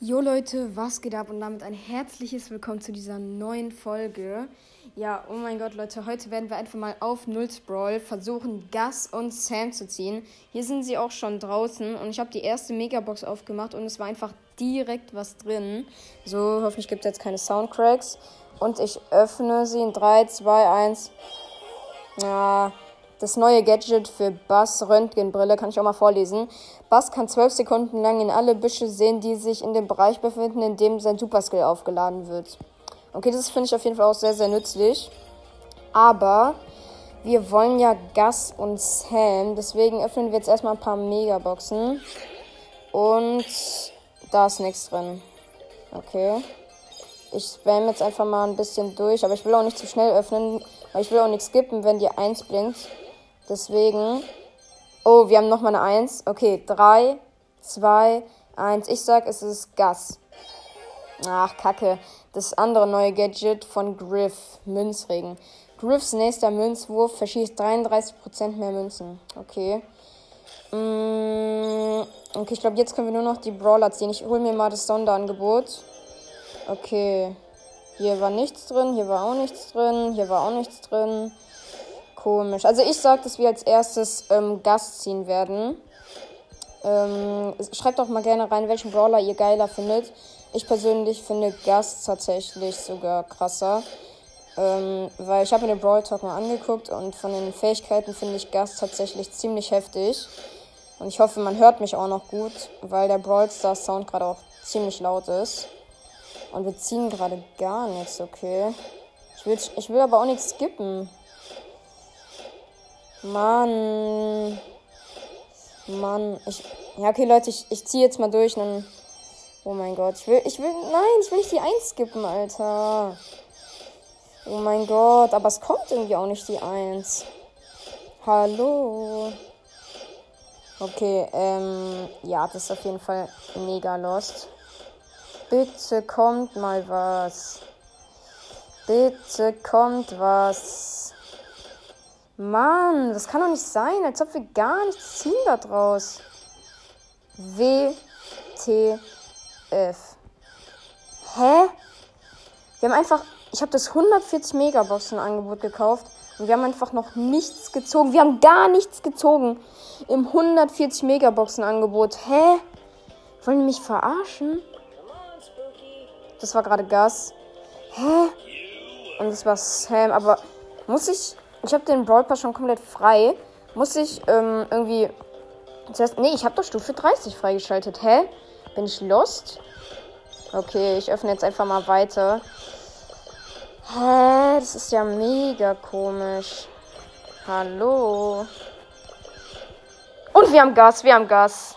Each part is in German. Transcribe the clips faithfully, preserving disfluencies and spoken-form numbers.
Jo Leute, was geht ab und damit ein herzliches Willkommen zu dieser neuen Folge. Ja, oh mein Gott Leute, heute werden wir einfach mal auf Nulls Brawl versuchen, Gus und Sam zu ziehen. Hier sind sie auch schon draußen und ich habe die erste Megabox aufgemacht und es war einfach direkt was drin. So, hoffentlich gibt es jetzt keine Soundcracks. Und ich öffne sie in drei, zwei, eins. Ja, das neue Gadget für Buzz Röntgenbrille kann ich auch mal vorlesen. Buzz kann zwölf Sekunden lang in alle Büsche sehen, die sich in dem Bereich befinden, in dem sein Superskill aufgeladen wird. Okay, das finde ich auf jeden Fall auch sehr, sehr nützlich. Aber wir wollen ja Gus und Sam, deswegen öffnen wir jetzt erstmal ein paar Megaboxen. Und da ist nichts drin. Okay. Ich spam jetzt einfach mal ein bisschen durch, aber ich will auch nicht zu schnell öffnen, weil ich will auch nichts skippen, wenn die eins blinkt. Deswegen. Oh, wir haben nochmal eine eins. Okay, drei, zwei, eins. Ich sag, es ist Gus. Ach, Kacke. Das andere neue Gadget von Griff. Münzregen. Griffs nächster Münzwurf verschießt dreiunddreißig Prozent mehr Münzen. Okay. Mm, okay, ich glaube, jetzt können wir nur noch die Brawler ziehen. Ich hole mir mal das Sonderangebot. Okay. Hier war nichts drin, hier war auch nichts drin, hier war auch nichts drin. Komisch. Also ich sag, dass wir als erstes ähm, Gus ziehen werden. Ähm, schreibt doch mal gerne rein, welchen Brawler ihr geiler findet. Ich persönlich finde Gus tatsächlich sogar krasser. Ähm, weil ich habe mir den Brawl Talk mal angeguckt und von den Fähigkeiten finde ich Gus tatsächlich ziemlich heftig. Und ich hoffe, man hört mich auch noch gut, weil der Brawl Stars Sound gerade auch ziemlich laut ist. Und wir ziehen gerade gar nichts, okay. Ich will, ich will aber auch nichts skippen. Mann. Mann. Ich, ja, okay, Leute, ich, ich ziehe jetzt mal durch. Dann, oh mein Gott. Ich will, ich will, nein, ich will nicht die eins skippen, Alter. Oh mein Gott, aber es kommt irgendwie auch nicht die eins. Hallo. Okay, ähm, ja, das ist auf jeden Fall mega lost. Bitte kommt mal was. Bitte kommt was. Mann, das kann doch nicht sein, als ob wir gar nichts ziehen da draus. W T F. Hä? Wir haben einfach, ich habe das hundertvierzig Megaboxen Angebot gekauft und wir haben einfach noch nichts gezogen. Wir haben gar nichts gezogen im hundertvierzig Megaboxen Angebot. Hä? Wollen die mich verarschen? Das war gerade Gus. Hä? Und das war Sam. Aber muss ich... Ich habe den Brawl Pass schon komplett frei. Muss ich ähm, irgendwie... Zuerst, nee, ich habe doch Stufe dreißig freigeschaltet. Hä? Bin ich lost? Okay, ich öffne jetzt einfach mal weiter. Hä? Das ist ja mega komisch. Hallo? Und wir haben Gus, wir haben Gus.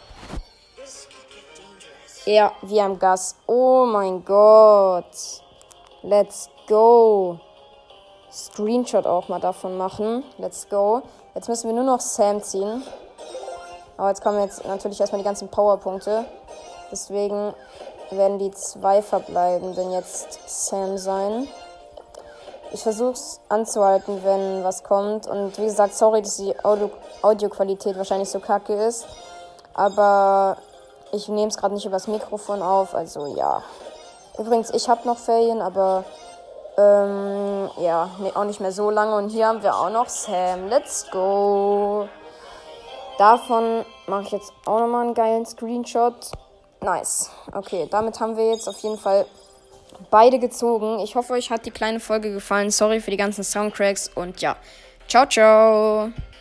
Ja, wir haben Gus. Oh mein Gott. Let's go. Screenshot auch mal davon machen. Let's go. Jetzt müssen wir nur noch Sam ziehen. Aber jetzt kommen jetzt natürlich erstmal die ganzen Powerpunkte. Deswegen werden die zwei verbleibenden jetzt Sam sein. Ich versuche es anzuhalten, wenn was kommt. Und wie gesagt, sorry, dass die Audio- Audioqualität wahrscheinlich so kacke ist. Aber... ich nehme es gerade nicht übers Mikrofon auf, also ja. Übrigens, ich habe noch Ferien, aber ähm, ja, nee, auch nicht mehr so lange. Und hier haben wir auch noch Sam. Let's go. Davon mache ich jetzt auch nochmal einen geilen Screenshot. Nice. Okay, damit haben wir jetzt auf jeden Fall beide gezogen. Ich hoffe, euch hat die kleine Folge gefallen. Sorry für die ganzen Soundcracks und ja. Ciao, ciao.